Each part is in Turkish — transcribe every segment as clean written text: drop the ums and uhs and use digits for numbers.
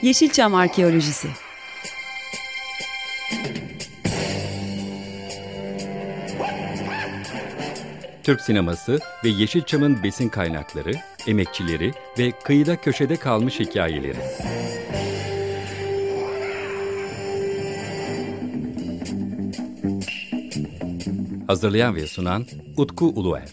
Yeşilçam Arkeolojisi. Türk sineması ve Yeşilçam'ın besin kaynakları, emekçileri ve kıyıda köşede kalmış hikayeleri. Hazırlayan ve sunan Utku Uluer.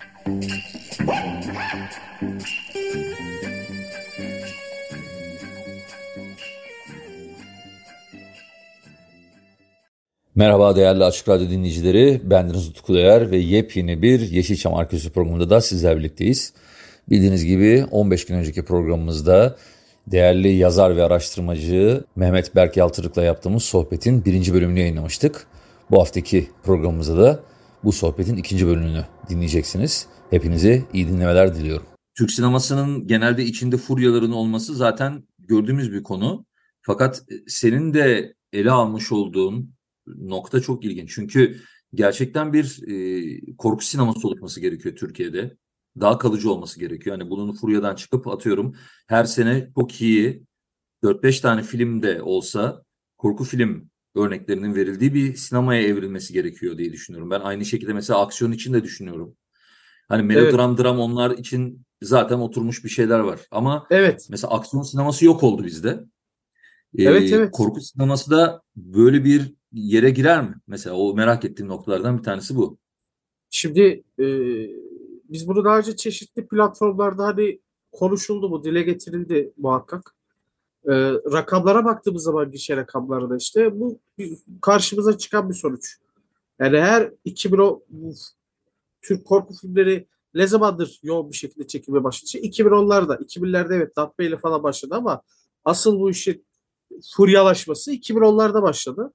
Merhaba değerli Açık Radyo dinleyicileri, bendeniz Utku Uluer ve yepyeni bir Yeşilçam Arkeolojisi programında da sizlerle birlikteyiz. Bildiğiniz gibi 15 gün önceki programımızda değerli yazar ve araştırmacı Mehmet Berk Yaltırık'la yaptığımız sohbetin 1. bölümünü yayınlamıştık. Bu haftaki programımızda da bu sohbetin 2. bölümünü dinleyeceksiniz. Hepinize iyi dinlemeler diliyorum. Türk sinemasının genelde içinde furyaların olması zaten gördüğümüz bir konu. Fakat senin de ele almış olduğun nokta çok ilginç. Çünkü gerçekten bir korku sineması oluşması gerekiyor Türkiye'de. Daha kalıcı olması gerekiyor. Hani bunun furyadan çıkıp atıyorum her sene çok iyi 4-5 tane film de olsa korku film örneklerinin verildiği bir sinemaya evrilmesi gerekiyor diye düşünüyorum. Ben aynı şekilde mesela aksiyon için de düşünüyorum. Hani melodram, dram onlar için zaten oturmuş bir şeyler var. Ama mesela aksiyon sineması yok oldu bizde. Evet. Korku sineması da böyle bir yere girer mi? Mesela o merak ettiğim noktalardan bir tanesi bu. Şimdi biz bunu daha önce çeşitli platformlarda hani konuşuldu, bu dile getirildi muhakkak. Rakamlara baktığımız zaman gişe rakamlarına işte bu karşımıza çıkan bir sonuç. Yani her 2010 Türk korku filmleri ne zamandır yoğun bir şekilde çekilmeye başladı? İşte 2010'larda, 2000'lerde evet Dabbe ile falan başladı ama asıl bu işin furyalaşması 2010'larda başladı.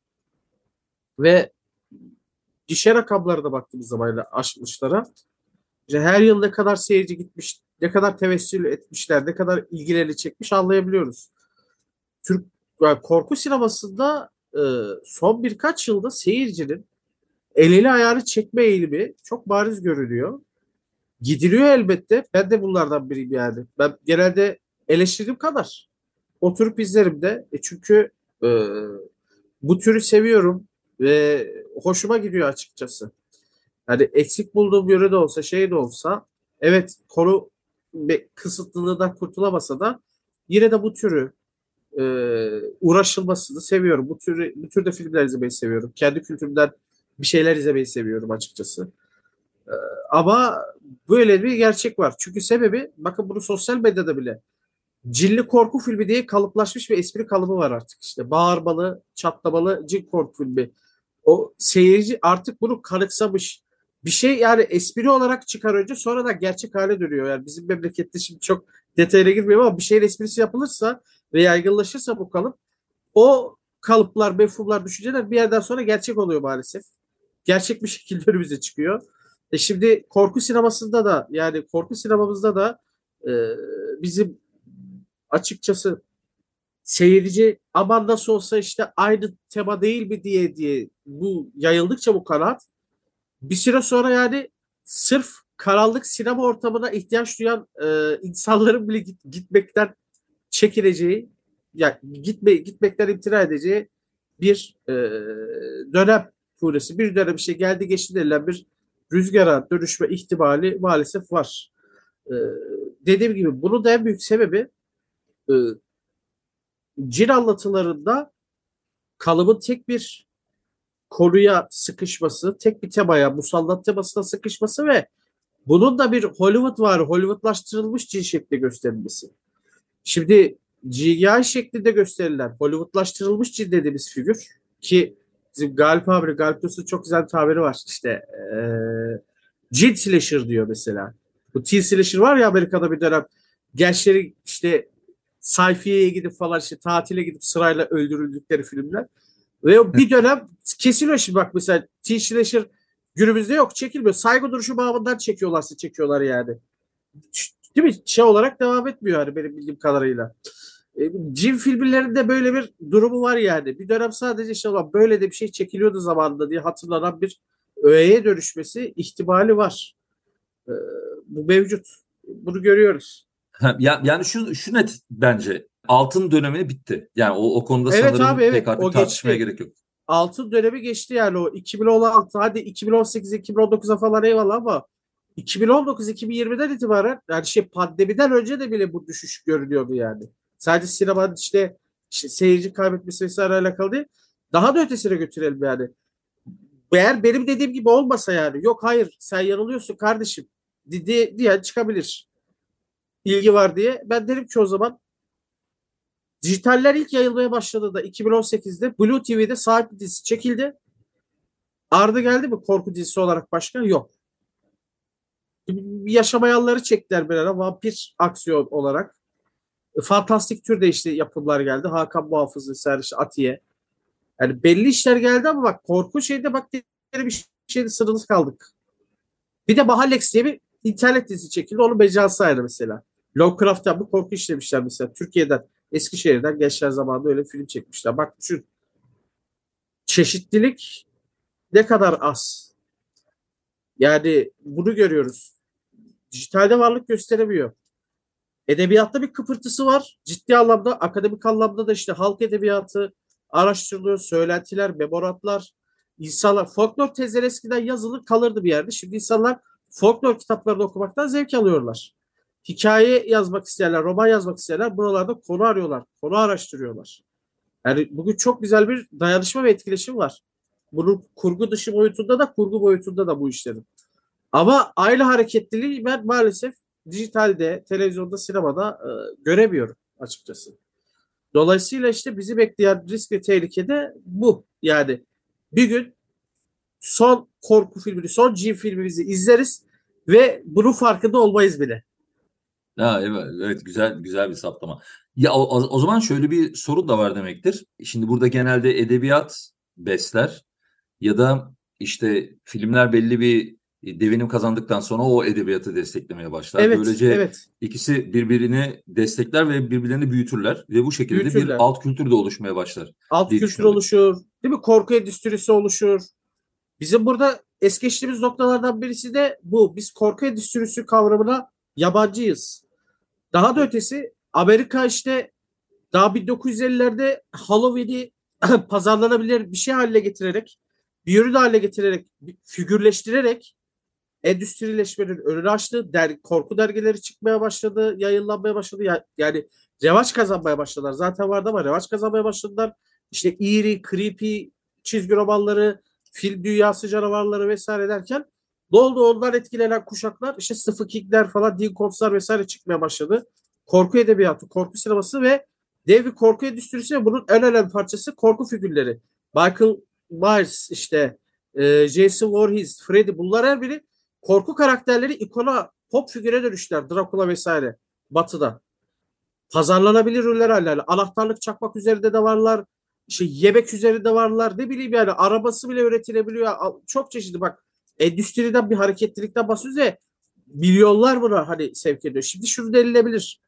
Ve gişe rakamlarına baktığımız zaman aşmışlara işte her yıl ne kadar seyirci gitmiş, ne kadar tevessül etmişler, ne kadar ilgilerini çekmiş anlayabiliyoruz. Türk korku sinemasında son birkaç yılda seyircinin elini ayağını çekme eğilimi çok bariz görülüyor. Gidiliyor elbette. Ben de bunlardan biriyim yani. Ben genelde eleştirdiğim kadar oturup izlerim de. Çünkü bu türü seviyorum ve hoşuma gidiyor açıkçası. Yani eksik bulduğum yönü de olsa şey de olsa evet konu kısıtlılığından kurtulamasa da yine de bu türü uğraşılmasını seviyorum. Bu türde filmler izlemeyi seviyorum. Kendi kültürümden bir şeyler izlemeyi seviyorum açıkçası. Ama böyle bir gerçek var. Çünkü sebebi bakın bunu sosyal medyada bile cinli korku filmi diye kalıplaşmış bir espri kalıbı var artık. İşte bağırmalı, çatlamalı cin korku filmi. O seyirci artık bunu kanıksamış. Bir şey yani espri olarak çıkar önce sonra da gerçek hale dönüyor. Yani bizim memlekette şimdi çok detayına girmiyorum ama bir şeyin esprisi yapılırsa ve yaygınlaşırsa bu kalıp o kalıplar, mefhumlar, düşünceler bir yerden sonra gerçek oluyor maalesef. Gerçek bir şekilde önümüze çıkıyor. Şimdi korku sinemasında da yani korku sinemamızda da e, bizim açıkçası seyirci aman nasıl olsa işte aynı tema değil mi diye bu yayıldıkça bu kanaat bir süre sonra yani sırf karanlık sinema ortamına ihtiyaç duyan insanların bile gitmekten çekineceği yani gitmekten imtina edeceği bir dönem furyası bir dönem işte geldi geçti denilen bir rüzgara dönüşme ihtimali maalesef var. E, Dediğim gibi bunun da en büyük sebebi e, cin anlatılarında kalıbın tek bir konuya sıkışması, tek bir temaya, musallat temasına sıkışması ve bunun da bir Hollywood var, Hollywoodlaştırılmış cin şekli gösterilmesi. Şimdi CGI şeklinde gösterilen Hollywoodlaştırılmış cin dediğimiz figür ki bizim Galip Yusuf'un çok güzel bir tabiri var. İşte cin slasher diyor mesela. Bu teen slasher var ya Amerika'da bir dönem gençleri işte sayfiyeye gidip falan işte tatile gidip sırayla öldürüldükleri filmler. Ve o bir dönem kesiliyor şimdi bak mesela teen slasher günümüzde yok çekilmiyor. Saygı duruşu babından çekiyorlar yani. Değil mi? Şey olarak devam etmiyor hani benim bildiğim kadarıyla. Cin filmlerinde böyle bir durumu var yani. Bir dönem sadece işte olan böyle de bir şey çekiliyordu zamanında diye hatırlanan bir öğeye dönüşmesi ihtimali var. Bu mevcut. Bunu görüyoruz. Yani şu net bence altın dönemi bitti. Yani o konuda Evet sanırım abi, evet, pek artık o tartışmaya geçti. gerek yok. Altın dönemi geçti yani, o 2016, hadi 2018-2019'a falan eyvallah, ama 2019-2020'den itibaren, yani pandemiden önce de bile bu düşüş görülüyordu yani. Sadece sinemanın işte seyirci kaybetmesi vesaire alakalı değil. Daha da ötesine götürelim yani. Eğer benim dediğim gibi olmasa, yani yok hayır sen yanılıyorsun kardeşim diye çıkabilir, ilgi var diye. Ben derim ki o zaman, dijitaller ilk yayılmaya başladığında 2018'de Blue TV'de Sahip dizisi çekildi. Ardı geldi mi korku dizisi olarak başka? Yok. Yaşamayanları çektiler bir ara vampir aksiyon olarak. Fantastik türde işte yapımlar geldi. Hakan Muhafız vesaire, işte Atiye. Yani belli işler geldi ama bak, korku şeyde bak, bir şeyde sınırlı kaldık. Bir de Mahallex diye bir internet dizisi çekildi. Onun mecrası ayrı mesela. Lovecraft'tan bu korku işlemişler mesela. Türkiye'den, Eskişehir'den gençler zamanında öyle film çekmişler. Bak şu çeşitlilik ne kadar az. Yani bunu görüyoruz. Dijitalde varlık gösteremiyor. Edebiyatta bir kıpırtısı var. Ciddi anlamda, akademik anlamda da işte halk edebiyatı araştırılıyor. Söylentiler, memoratlar. İnsanlar, folklor tezleri eskiden yazılır kalırdı bir yerde. Şimdi insanlar folklor kitaplarını okumaktan zevk alıyorlar. Hikaye yazmak isteyenler, roman yazmak isteyenler buralarda konu arıyorlar. Konu araştırıyorlar. Yani bugün çok güzel bir dayanışma ve etkileşim var. Bunun kurgu dışı boyutunda da kurgu boyutunda da bu işlerin. Ama aynı hareketliliği ben maalesef dijitalde, televizyonda, sinemada göremiyorum açıkçası. Dolayısıyla işte bizi bekleyen risk ve tehlike de bu. Yani bir gün son korku filmini, son cin filmimizi izleriz ve bunun farkında olmayız bile. Ha, evet, evet, güzel bir saptama. Ya o zaman şöyle bir sorun da var demektir. Şimdi burada genelde edebiyat besler ya da işte filmler belli bir devinim kazandıktan sonra o edebiyatı desteklemeye başlar. Evet, Böylece evet. ikisi birbirini destekler ve birbirlerini büyütürler ve bu şekilde de bir Büyütürler. alt kültür de oluşmaya başlar Alt diye kültür düşünüyorum. oluşur. Değil mi? Korku endüstrisi oluşur. Bizim burada es geçtiğimiz noktalardan birisi de bu. Biz korku endüstrisi kavramına yabancıyız. Daha da ötesi, Amerika işte daha 1950'lerde Halloween'i pazarlanabilir bir şey haline getirerek, bir ürün haline getirerek, figürleştirerek endüstrileşmenin önünü açtı. Korku dergileri çıkmaya başladı, yayınlanmaya başladı. Yani revaç kazanmaya başladılar. Zaten vardı ama revaç kazanmaya başladılar. İşte eerie, creepy çizgi romanları, film dünyası canavarları vesaire derken ne oldu? Ondan etkilenen kuşaklar işte Stephen King'ler falan, Dean Koontz vesaire çıkmaya başladı. Korku edebiyatı, korku sineması ve dev bir korku endüstrisi ve bunun en önemli parçası korku figürleri. Michael Myers, işte Jason Voorhees, Freddy, bunlar her biri korku karakterleri ikona, pop figüre dönüştüler. Dracula vesaire batıda. Pazarlanabilir ürünler haline. Anahtarlık çakmak üzerinde de varlar. İşte yemek üzerinde varlar. Ne bileyim yani, arabası bile üretilebiliyor. Çok çeşitli bak. Endüstriden bir hareketlilikten bahsediyoruz ve milyonlar buna hani sevk ediyor. Şimdi şunu denilebilir.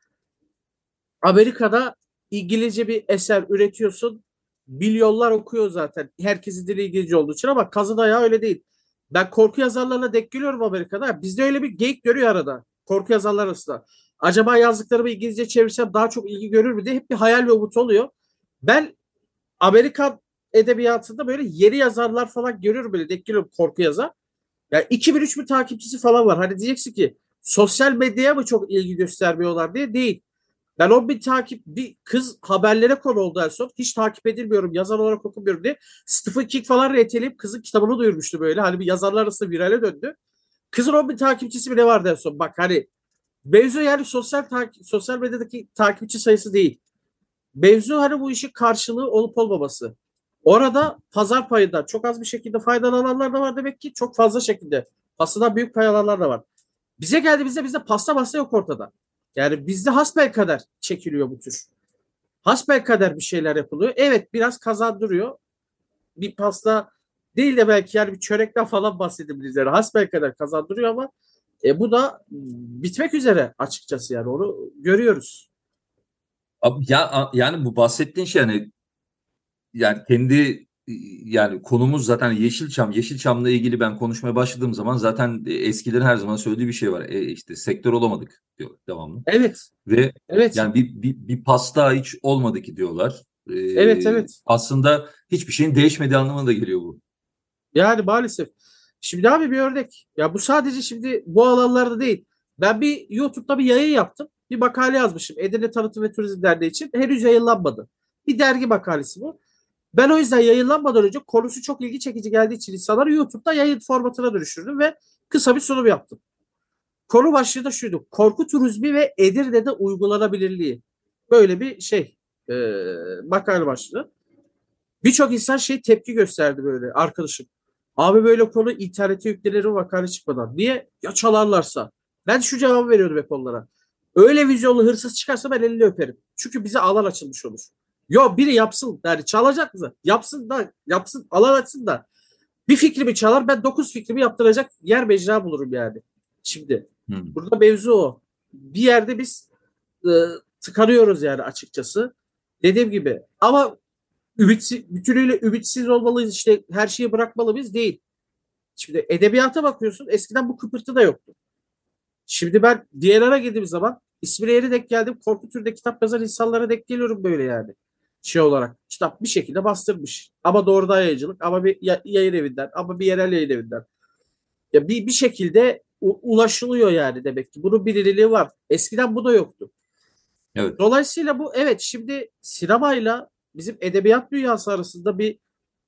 Amerika'da İngilizce bir eser üretiyorsun. Milyonlar okuyor zaten. Herkesin dili İngilizce olduğu için, ama kazı dayağı öyle değil. Ben korku yazarlarına denk geliyorum Amerika'da. Bizde öyle bir geyik görüyor arada. Korku yazarlar arasında. Acaba yazdıklarımı İngilizce çevirsem daha çok ilgi görür mü diye hep bir hayal ve umut oluyor. Ben Amerikan edebiyatında böyle yeni yazarlar falan görüyorum, böyle denk geliyorum, korku yazar. Yani 2003 bin takipçisi falan var. Hani diyeceksin ki sosyal medyaya mı çok ilgi göstermiyorlar diye, değil. Ben 10 bin bir kız haberlere konu oldu en son. Hiç takip edilmiyorum, yazar olarak okumuyorum diye. Stephen King falan RT'leyip kızın kitabını duyurmuştu böyle. Hani bir yazarlar arasında virale döndü. Kızın 10 bin takipçisi bile vardı en son. Bak hani mevzu yani sosyal medyadaki takipçi sayısı değil. Mevzu hani bu işin karşılığı olup olmaması. Orada pazar payından çok az bir şekilde faydalananlar da var demek ki, çok fazla şekilde pasından büyük pay alanlar da var. Bize geldiğimizde bizde pasta yok ortada. Yani bizde hasbelkader çekiliyor bu tür. Hasbelkader bir şeyler yapılıyor. Evet, biraz kazandırıyor. Bir pasta değil de belki yani bir çörekten falan bahsedebiliriz. Yani hasbelkader kazandırıyor ama bu da bitmek üzere açıkçası, yani onu görüyoruz. Yani bu bahsettiğin şey, yani kendi yani konumuz zaten Yeşilçam. Yeşilçam'la ilgili ben konuşmaya başladığım zaman zaten eskilerin her zaman söylediği bir şey var. İşte sektör olamadık diyor devamlı. Evet. Ve Evet. yani bir pasta hiç olmadı ki diyorlar. Evet. Aslında hiçbir şeyin değişmediği anlamına da geliyor bu. Yani maalesef. Şimdi abi bir örnek. Ya bu sadece şimdi bu alanlarda değil. Ben bir YouTube'da bir yayın yaptım. Bir makale yazmışım. Edirne Tanıtım ve Turizm Derneği için. Henüz yayınlanmadı. Bir dergi makalesi bu. Ben o yüzden yayınlanmadan önce konusu çok ilgi çekici geldiği için insanları YouTube'da yayın formatına dönüştürdüm ve kısa bir sunum yaptım. Konu başlığı da şuydu. Korku turizmi ve Edirne'de uygulanabilirliği. Böyle bir makale başlığı. Birçok insan tepki gösterdi böyle arkadaşım. Abi böyle konu internete yüklenir makale çıkmadan. Niye? Ya çalarlarsa. Ben şu cevabı veriyordum hep onlara. Öyle vizyonlu hırsız çıkarsa ben elini öperim. Çünkü bize alan açılmış olur. Yo biri yapsın. Yani çalacak mı? Yapsın alan açsın da. Bir fikrimi çalar ben 9 fikrimi yaptıracak yer mecra bulurum yani. Şimdi burada mevzu o. Bir yerde biz tıkanıyoruz yani açıkçası. Dediğim gibi ama bütünüyle ümitsiz olmalıyız işte her şeyi bırakmalıyız değil. Şimdi edebiyata bakıyorsun eskiden bu kıpırtı da yoktu. Şimdi ben DNR'a girdiğim zaman ismine yeni denk geldim. Korku türünde kitap yazan insanlara denk geliyorum böyle yani. Olarak kitap bir şekilde bastırmış. Ama doğrudan yayıncılık ama bir yayın evinden ama bir yerel yayın evinden. Ya bir şekilde ulaşılıyor yani demek ki. Bunun bilinirliği var. Eskiden bu da yoktu. Evet. Dolayısıyla bu şimdi sinemayla bizim edebiyat dünyası arasında bir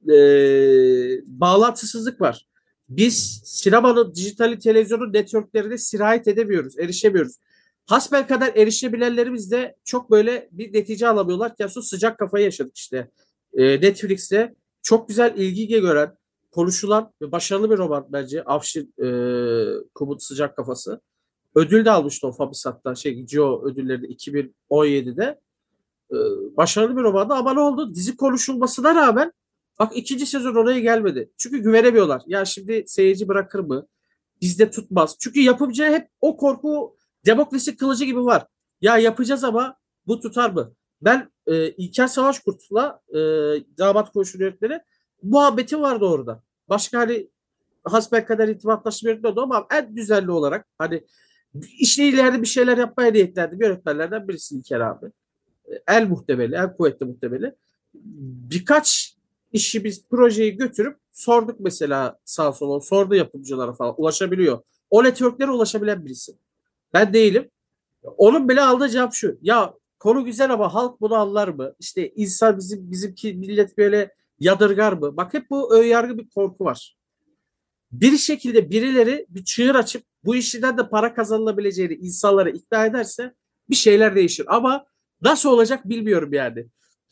bağlantısızlık var. Biz sinemanın, dijitali, televizyonun networklerine sirayet edemiyoruz, erişemiyoruz. Hasbelkader erişebilenlerimiz de çok böyle bir netice alamıyorlar. Yani sıcak kafayı yaşadık işte. Netflix'te çok güzel ilgi gören, konuşulan ve başarılı bir roman bence. Afşin Kumut Sıcak Kafası. Ödül de almıştı o Fabisat'ta. Geo ödüllerini 2017'de. Başarılı bir romandı ama ne oldu? Dizi konuşulmasına rağmen bak ikinci sezon oraya gelmedi. Çünkü güvenemiyorlar. Ya şimdi seyirci bırakır mı? Bizde tutmaz. Çünkü yapımcı hep o korku Demokrasi kılıcı gibi var. Ya yapacağız ama bu tutar mı? Ben İlker Savaşkurt'la damat koğuşu yönetmeni muhabbeti vardı orada. Başka hasbelkader irtibatlaşma yönetmeni ama en düzenli olarak işte ileride bir şeyler yapmaya niyetlendim. Yönetmenlerden birisi İlker abi. El muhtemeli, el kuvvetli muhtemeli. Birkaç işi biz projeyi götürüp sorduk mesela sağ sola, sordu yapımcılara falan ulaşabiliyor. O networklere ulaşabilen birisi. Ben değilim. Onun bile aldığı cevap şu. Ya konu güzel ama halk bunu anlar mı? İşte insan bizimki millet böyle yadırgar mı? Bak hep bu önyargı bir korku var. Bir şekilde birileri bir çığır açıp bu işten de para kazanılabileceğini insanlara ikna ederse bir şeyler değişir. Ama nasıl olacak bilmiyorum yani.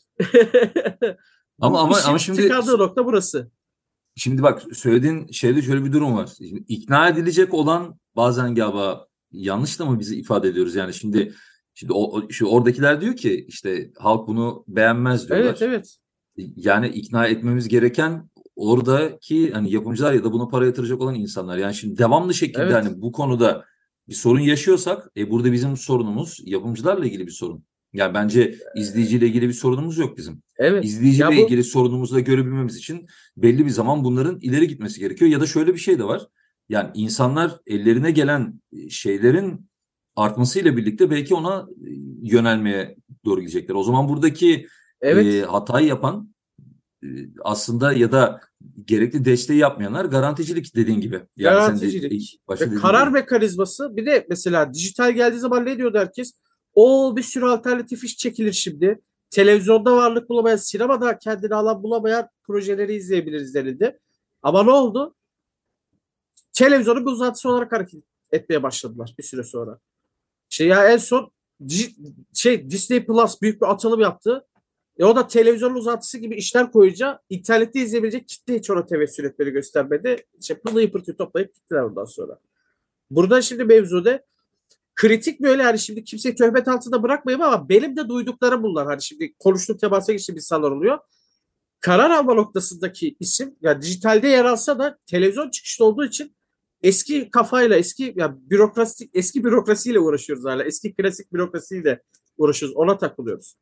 Ama şimdi tıkandığı nokta burası. Şimdi bak söylediğin şeyde şöyle bir durum var. Şimdi ikna edilecek olan bazen galiba yanlış da mı bizi ifade ediyoruz yani şimdi oradakiler diyor ki işte halk bunu beğenmez diyorlar. Evet. Yani ikna etmemiz gereken oradaki hani yapımcılar ya da buna para yatıracak olan insanlar. Yani şimdi devamlı şekilde hani bu konuda bir sorun yaşıyorsak burada bizim sorunumuz yapımcılarla ilgili bir sorun. Yani bence izleyiciyle ilgili bir sorunumuz yok bizim. Evet. İzleyiciyle ilgili sorunumuzu da görebilmemiz için belli bir zaman bunların ileri gitmesi gerekiyor. Ya da şöyle bir şey de var. Yani insanlar ellerine gelen şeylerin artmasıyla birlikte belki ona yönelmeye doğru gidecekler. O zaman buradaki hatayı yapan aslında ya da gerekli desteği yapmayanlar garanticilik dediğin gibi. Yani garanticilik. Ve karar mekanizması bir de mesela dijital geldiği zaman ne diyordu herkes? Bir sürü alternatif iş çekilir şimdi. Televizyonda varlık bulamayan, sinemada kendini alan bulamayan projeleri izleyebiliriz denildi. Ama ne oldu? Televizyonun bir uzantısı olarak hareket etmeye başladılar bir süre sonra. En son Disney Plus büyük bir atılım yaptı. O da televizyonun uzantısı gibi işler koyunca internette izleyebilecek kitle hiç ona tevessül etmeni göstermedi. Pılıyı pırtıyı toplayıp gittiler ondan sonra. Burada şimdi mevzuda kritik böyle şimdi kimseyi töhmet altında bırakmayayım ama benim de duyduklarım bunlar. Şimdi konuştuğum temasa geçtiğim insanlar oluyor. Karar alma noktasındaki isim dijitalde yer alsa da televizyon çıkışlı olduğu için eski kafayla eski bürokrasiyle uğraşıyoruz hala. Eski klasik bürokrasiyle uğraşıyoruz. Ona takılıyoruz.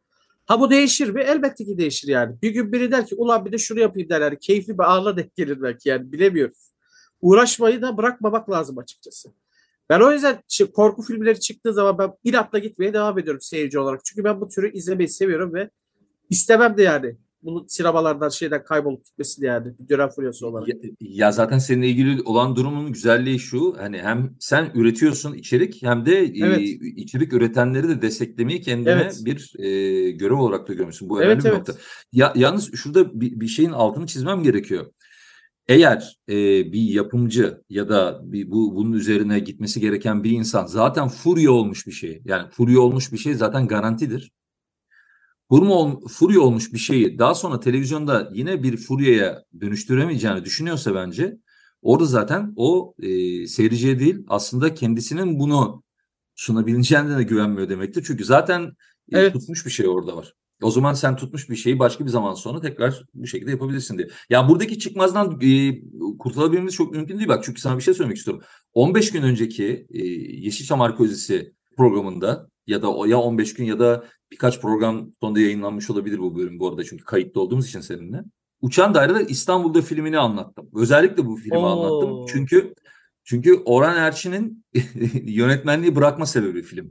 Ha bu değişir mi? Elbette ki değişir yani. Bir gün biri der ki ulan bir de şunu yapayım der. Yani keyifli bir ağla denk gelir belki yani bilemiyoruz. Uğraşmayı da bırakmamak lazım açıkçası. Ben o yüzden korku filmleri çıktığı zaman ben inatla gitmeye devam ediyorum seyirci olarak. Çünkü ben bu türü izlemeyi seviyorum ve istemem de yani. Bunun sinemalardan şeyden kaybolup gitmesini yani. Bir dönem furyası olarak. Ya zaten seninle ilgili olan durumun güzelliği şu, hani hem sen üretiyorsun içerik hem de Evet. içerik üretenleri de desteklemeyi kendine Evet. bir görev olarak da görmüşsün. Bu önemli Evet bir nokta. evet. Yalnız şurada bir şeyin altını çizmem gerekiyor. Eğer bir yapımcı ya da bunun üzerine gitmesi gereken bir insan zaten furya olmuş bir şey, yani furya olmuş bir şey zaten garantidir. Furya olmuş bir şeyi daha sonra televizyonda yine bir furyaya dönüştüremeyeceğini düşünüyorsa bence orada zaten o seyirciye değil aslında kendisinin bunu sunabileceğine de güvenmiyor demektir. Çünkü zaten Evet. tutmuş bir şey orada var. O zaman sen tutmuş bir şeyi başka bir zaman sonra tekrar bu şekilde yapabilirsin diye. Ya buradaki çıkmazdan kurtulabilmemiz çok mümkün değil. Bak çünkü sana bir şey söylemek istiyorum. 15 gün önceki Yeşilçam Arkeolojisi programında ya da ya 15 gün ya da birkaç program sonunda yayınlanmış olabilir bu bölüm bu arada çünkü kayıtlı olduğumuz için seninle. Uçan Daireler İstanbul'da filmini anlattım. Özellikle bu filmi anlattım. Oo. Çünkü Orhan Erçin'in yönetmenliği bırakma sebebi film.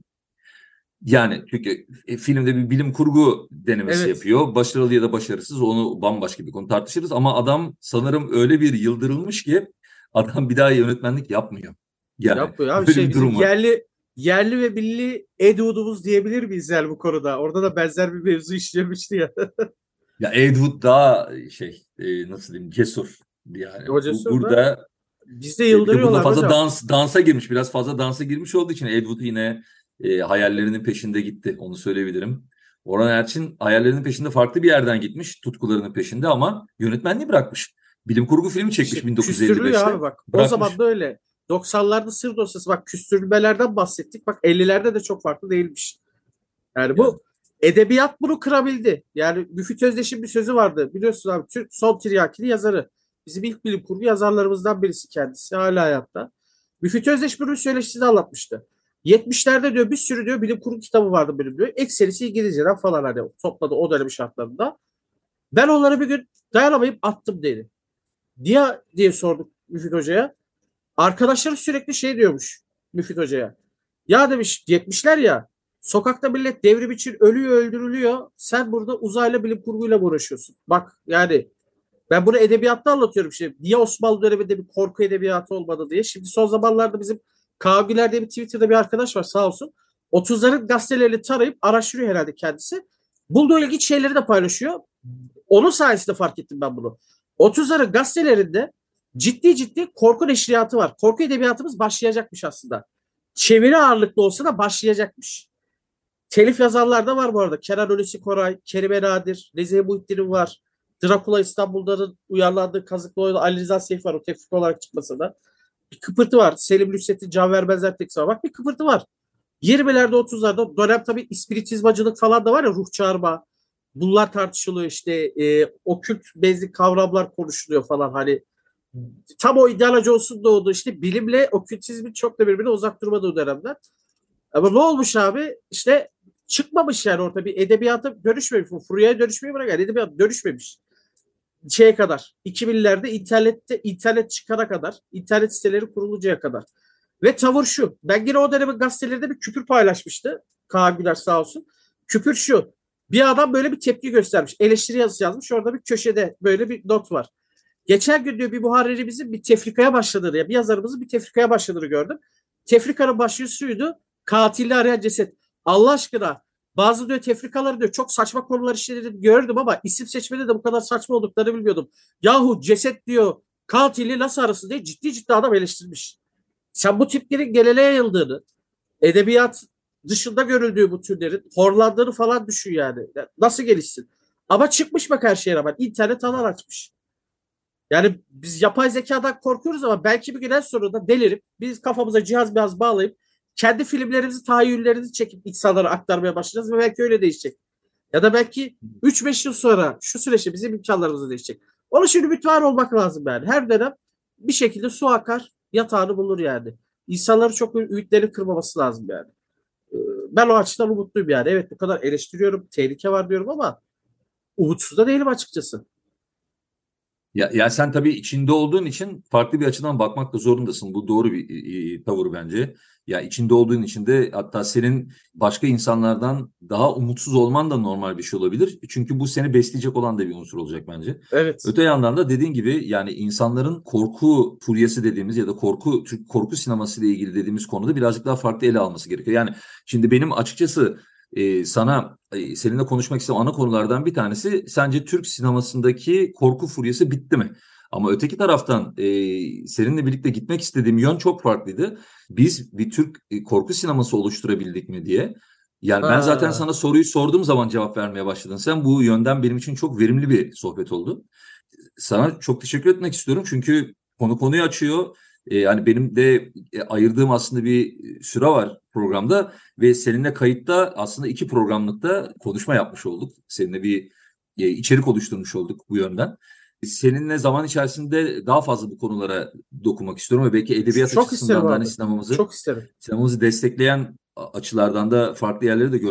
Yani çünkü filmde bir bilim kurgu denemesi Evet. yapıyor. Başarılı ya da başarısız onu bambaşka bir konu tartışırız. Ama adam sanırım öyle bir yıldırılmış ki adam bir daha yönetmenlik yapmıyor. Yani Yapmıyor abi böyle bir bizim durum var. yerli ve milli Ed Wood'umuz diyebilir miyiz yani bu konuda? Orada da benzer bir mevzu işlemişti ya. Ya Ed Wood daha nasıl diyeyim cesur. Yani Hocası da burada bizde bir de burada yıldırıyorlar fazla hocam. dansa girmiş. Biraz fazla dansa girmiş olduğu için Ed Wood yine hayallerinin peşinde gitti. Onu söyleyebilirim. Orhan Erçin hayallerinin peşinde farklı bir yerden gitmiş. Tutkularının peşinde ama yönetmenliği bırakmış. Bilim kurgu filmi çekmiş İşte küstürülüyor 1955'te. abi bak. O zaman Bırakmış. da öyle. 90'larda Sır Dosyası bak küstürmelerden bahsettik. Bak 50'lerde de çok farklı değilmiş. Yani Yani bu edebiyat bunu kırabildi. Yani Müfit Özdeş'in bir sözü vardı. Biliyorsunuz abi Türk son tiryakili yazarı. Bizim ilk bilim kurgu yazarlarımızdan birisi kendisi. Hala hayatta. Müfit Özdeş bunu söyleşisinde anlatmıştı. 70'lerde diyor bir sürü diyor bilim kurgu kitabı vardı benim diyor. Ekserisi İngilizceden falan hani topladı o dönem şartlarında. Ben onları bir gün dayanamayıp attım dedi. Niye diye sorduk Müfit Hoca'ya. Arkadaşları sürekli şey diyormuş Müfit Hoca'ya. Ya demiş 70'ler ya sokakta millet devrim için ölüyor öldürülüyor. Sen burada uzayla bilim kurguyla uğraşıyorsun. Bak yani ben bunu edebiyatta anlatıyorum şimdi. Niye Osmanlı döneminde bir korku edebiyatı olmadı diye. Şimdi son zamanlarda bizim Kavgiler diye bir Twitter'da bir arkadaş var sağ olsun. 30'ların gazetelerini tarayıp araştırıyor herhalde kendisi. Bulduğu ilginç şeyleri de paylaşıyor. Onun sayesinde fark ettim ben bunu. 30'ların gazetelerinde ciddi ciddi korku neşriyatı var. Korku edebiyatımız başlayacakmış aslında. Çeviri ağırlıklı olsa da başlayacakmış. Telif yazarlar da var bu arada. Kenan Hulusi Koray, Kerime Nadir, Nezih Muhittin'in var. Drakula İstanbul'dan uyarlandığı Kazıklı Oyun'da Ali Rıza Seyfi var. O tefrik olarak çıkmasa da. Bir kıpırtı var. Selim Lütfettin, Can Vermezler teksi var. Bak bir kıpırtı var. 20'lerde 30'larda dönem tabii ispiritizmacılık falan da var ya ruh çağırma. Bunlar tartışılıyor işte okült bezli kavramlar konuşuluyor falan hani tam o ideoloji olsun doğdu işte bilimle okültizmin çok da birbirine uzak durmadığı dönemler. Ama ne olmuş abi işte çıkmamış yani orada bir edebiyata dönüşmemiş. Furya'ya dönüşmeyi bırak yani edebiyat dönüşmemiş. Şeye kadar 2000'lerde internet çıkana kadar internet siteleri kuruluncaya kadar. Ve tavır şu. Ben yine o dönemin gazetelerinde bir küpür paylaşmıştı. Kaan Güler sağ olsun. Küpür şu. Bir adam böyle bir tepki göstermiş. Eleştiri yazısı yazmış. Orada bir köşede böyle bir not var. Geçen gün diyor bir muharririmizin bir tefrikaya başladığını ya bir yazarımızın bir tefrikaya başladığını gördüm. Tefrikanın başlığı şuydu. Katilli arayan ceset. Allah aşkına bazı diyor tefrikaları diyor çok saçma konular işlediğini gördüm ama isim seçmede de bu kadar saçma olduklarını bilmiyordum. Yahu ceset diyor katili nasıl arasın diye ciddi ciddi adam eleştirmiş. Sen bu tiplerin genele yayıldığını, edebiyat dışında görüldüğü bu türlerin horlandığını falan düşün yani. Nasıl gelişsin? Ama çıkmış bak her şeye rağmen. İnternet alan açmış. Yani biz yapay zekadan korkuyoruz ama belki bir gün en sonunda delirip biz kafamıza cihaz bağlayıp kendi filmlerimizi, tahayyüllerimizi çekip insanlara aktarmaya başlayacağız ve belki öyle değişecek. Ya da belki 3-5 yıl sonra şu süreçte bizim imkanlarımız değişecek. Onun için ümit var olmak lazım yani. Her dönem bir şekilde su akar, yatağını bulur yani. İnsanları çok ümitleri kırmaması lazım yani. Ben o açıdan umutluyum yani. Evet, bu kadar eleştiriyorum, tehlike var diyorum ama umutsuz da değilim açıkçası. Ya sen tabii içinde olduğun için farklı bir açıdan bakmak da zorundasın. Bu doğru bir tavır bence. Ya içinde olduğun için de hatta senin başka insanlardan daha umutsuz olman da normal bir şey olabilir. Çünkü bu seni besleyecek olan da bir unsur olacak bence. Evet. Öte yandan da dediğin gibi yani insanların korku furyası dediğimiz ya da Türk korku sineması ile ilgili dediğimiz konuda birazcık daha farklı ele alması gerekiyor. Yani şimdi benim açıkçası sana seninle konuşmak istediğim ana konulardan bir tanesi sence Türk sinemasındaki korku furyası bitti mi? Ama öteki taraftan seninle birlikte gitmek istediğim yön çok farklıydı. Biz bir Türk korku sineması oluşturabildik mi diye. Yani ben zaten Ha, sana soruyu sorduğum zaman cevap vermeye başladın. Sen bu yönden benim için çok verimli bir sohbet oldu. Sana çok teşekkür etmek istiyorum çünkü konuyu açıyor. Yani benim de ayırdığım aslında bir süre var programda ve seninle kayıtta aslında 2 programlıkta konuşma yapmış olduk. Seninle bir içerik oluşturmuş olduk bu yönden. Seninle zaman içerisinde daha fazla bu konulara dokunmak istiyorum ve belki edebiyat çok isterim açısından da hani abi. Çok isterim. sinemamızı destekleyen açılardan da farklı yerleri de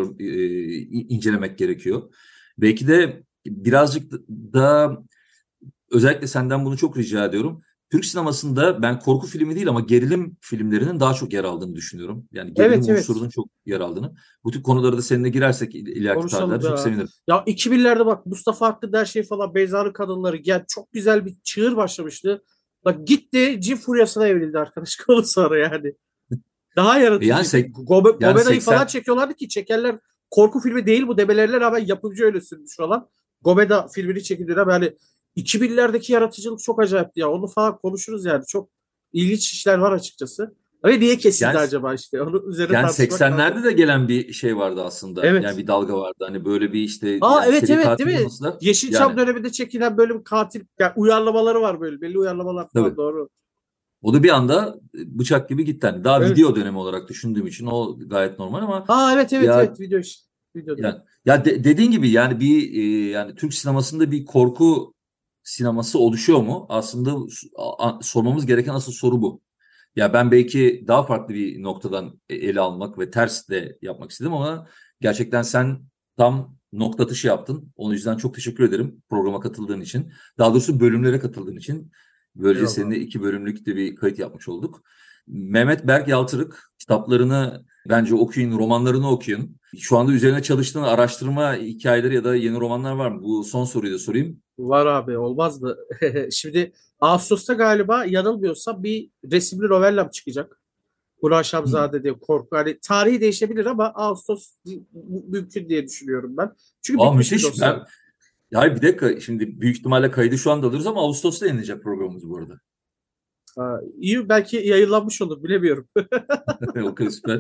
incelemek gerekiyor. Belki de birazcık da özellikle senden bunu çok rica ediyorum. Türk sinemasında ben korku filmi değil ama gerilim filmlerinin daha çok yer aldığını düşünüyorum. Yani gerilim Evet, evet. unsurunun çok yer aldığını. Bu tür konulara da seninle girersek ileriki Konuşalım tarihlerde çok ya. sevinirim. Ya 2000'lerde bak Mustafa Hakkı her şey falan, Beyza'nın Kadınları gel, çok güzel bir çığır başlamıştı. Bak gitti cin furyasına evrildi arkadaş konu sonra yani. Daha Yani, yaratıcıydı. yani Gomeda'yı falan 80 çekiyorlardı ki çekerler korku filmi değil bu demelerine rağmen yapımcı öyle sürmüş falan. Gomeda filmini çekildiğinde yani 2000'lerdeki yaratıcılık çok acayipti ya. Onu falan konuşuruz yani. Çok ilginç işler var açıkçası. Ve niye kesildi yani acaba işte? Onun üzerine yani tartışmak lazım. 80'lerde de gelen bir şey vardı aslında. Yani Evet. bir dalga vardı. Hani böyle bir işte Aa, yani evet seri evet, katil değil mi? olması da Yeşilçam yani döneminde çekilen böyle bir katil yani uyarlamaları var böyle. Belli uyarlamalar falan, tabii. doğru. O da bir anda bıçak gibi gitti. Hani daha Evet. video dönemi olarak düşündüğüm için o gayet normal ama Aa, evet evet ya evet, video iş. Videoda. dediğin gibi yani yani Türk sinemasında bir korku sineması oluşuyor mu? Aslında sormamız gereken asıl soru bu. Ya ben belki daha farklı bir noktadan ele almak ve ters de yapmak istedim ama gerçekten sen tam nokta atışı yaptın. O yüzden çok teşekkür ederim programa katıldığın için. Daha doğrusu bölümlere katıldığın için. Böylece Eyvallah. seninle 2 bölümlük de bir kayıt yapmış olduk. Mehmet Berk Yaltırık kitaplarını bence okuyun, romanlarını okuyun. Şu anda üzerine çalıştığın araştırma hikayeleri ya da yeni romanlar var mı? Bu son soruyu da sorayım. Var abi, olmaz mı? Şimdi Ağustos'ta galiba yanılmıyorsam bir resimli novellam çıkacak. Burak Hmm. Şamzade diye korku. Hani tarihi değişebilir ama Ağustos mümkün diye düşünüyorum ben. Çünkü Aa, bitmiş bir müthiş. dosya. Ya bir dakika şimdi büyük ihtimalle kaydı şu anda alırız ama Ağustos'ta yayınlayacak programımız bu arada. Ha, iyi, belki yayınlanmış olur, bilemiyorum. Okey, süper.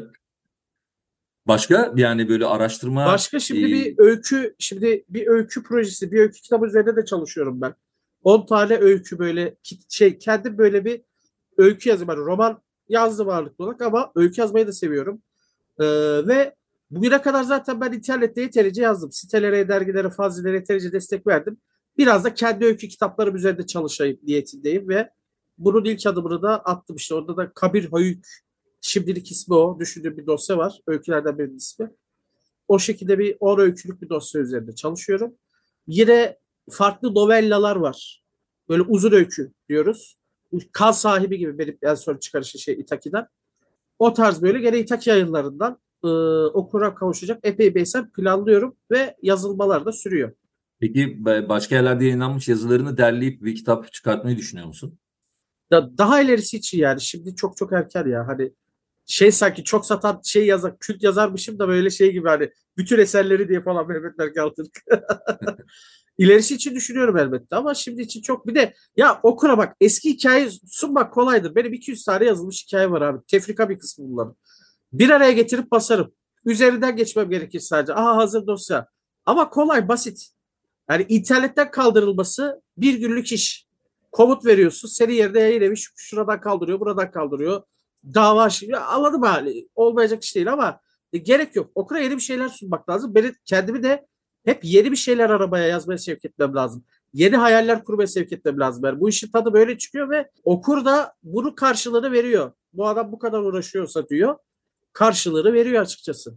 Başka yani böyle araştırma Başka şimdi bir öykü projesi, bir öykü kitabı üzerinde de çalışıyorum ben. 10 tane öykü böyle kendim böyle bir öykü yazım. Yani roman yazdım ağırlıklı olarak ama öykü yazmayı da seviyorum. Ee, ve bugüne kadar zaten ben internette yeterince yazdım. Sitelere, dergilere, fanzinlere yeterince destek verdim. Biraz da kendi öykü kitaplarım üzerinde çalışayım niyetindeyim ve bunun ilk adımını da attım işte. Orada da Kabir Hayük, şimdilik ismi o. Düşündüğüm bir dosya var. Öykülerden birinin ismi. O şekilde bir 10 öykülük bir dosya üzerinde çalışıyorum. Yine farklı novellalar var. Böyle uzun öykü diyoruz. Kan Sahibi gibi benim en son çıkarışı İtaki'den. O tarz böyle gene İtaki yayınlarından okura kavuşacak epey bir eser planlıyorum ve yazılmalar da sürüyor. peki başka yerlerde yayınlanmış yazılarını derleyip bir kitap çıkartmayı düşünüyor musun? Daha ilerisi için yani şimdi çok çok erken ya, hani sanki çok satan yazar, kült yazarmışım da böyle gibi, hani bütün eserleri diye falan Mehmet Berk Altınık. İlerisi için düşünüyorum elbette ama şimdi için çok, bir de ya okura bak, eski hikaye sunmak kolaydır. Benim 200 tane yazılmış hikaye var abi. Tefrika bir kısmı bunların. Bir araya getirip basarım. Üzerinden geçmem gerekir sadece. Aha, hazır dosya. Ama kolay, basit. Yani internetten kaldırılması bir günlük iş. Komut veriyorsun. Senin yerine yayın evi şuradan kaldırıyor, buradan kaldırıyor. Dava şimdi anladım hali. Olmayacak iş değil ama gerek yok. Okura yeni bir şeyler sunmak lazım. Ben kendimi de hep yeni bir şeyler aramaya, yazmaya sevk etmem lazım. Yeni hayaller kurmaya sevk etmem lazım. Yani bu işin tadı böyle çıkıyor ve okur da bunun karşılığını veriyor. Bu adam bu kadar uğraşıyorsa diyor, karşılığını veriyor açıkçası.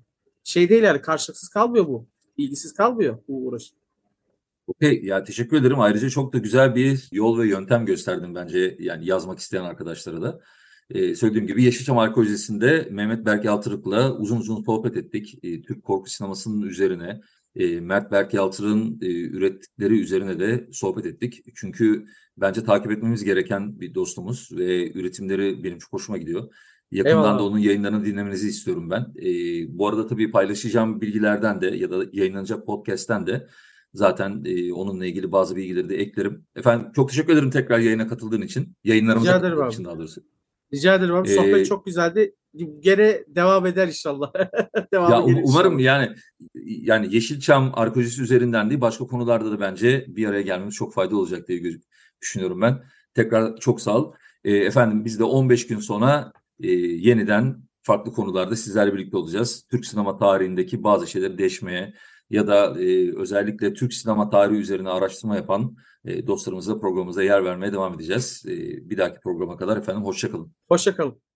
şey değil yani, karşılıksız kalmıyor bu. İlgisiz kalmıyor bu uğraş. Okey, ya teşekkür ederim. Ayrıca çok da güzel bir yol ve yöntem gösterdim bence, yani yazmak isteyen arkadaşlara da. Söylediğim gibi Yeşilçam Arkeolojisi'nde Mehmet Berk Yaltırık'la uzun uzun sohbet ettik. Türk korku sinemasının üzerine, Mert Berk Yaltırık'ın ürettikleri üzerine de sohbet ettik. Çünkü bence takip etmemiz gereken bir dostumuz ve üretimleri benim çok hoşuma gidiyor. Yakından Eyvallah da abi. onun yayınlarını dinlemenizi istiyorum ben. Bu arada tabii paylaşacağım bilgilerden de ya da yayınlanacak podcast'ten de zaten onunla ilgili bazı bilgileri de eklerim. Efendim çok teşekkür ederim tekrar yayına katıldığın için. Yayınlarımıza Rica ederim katıldığın abi. için daha doğrusu. Rica ederim abi. Sohbet E, çok güzeldi. Gene devam eder inşallah. Ya Devamı gelir umarım, inşallah. yani Yeşilçam arkeolojisi üzerinden değil, başka konularda da bence bir araya gelmemiz çok faydalı olacak diye düşünüyorum ben. Tekrar çok sağ ol. Efendim biz de 15 gün sonra yeniden farklı konularda sizlerle birlikte olacağız. Türk sinema tarihindeki bazı şeyleri deşmeye ya da özellikle Türk sinema tarihi üzerine araştırma yapan dostlarımıza programımıza yer vermeye devam edeceğiz. Bir dahaki programa kadar efendim hoşça kalın. Hoşça kalın.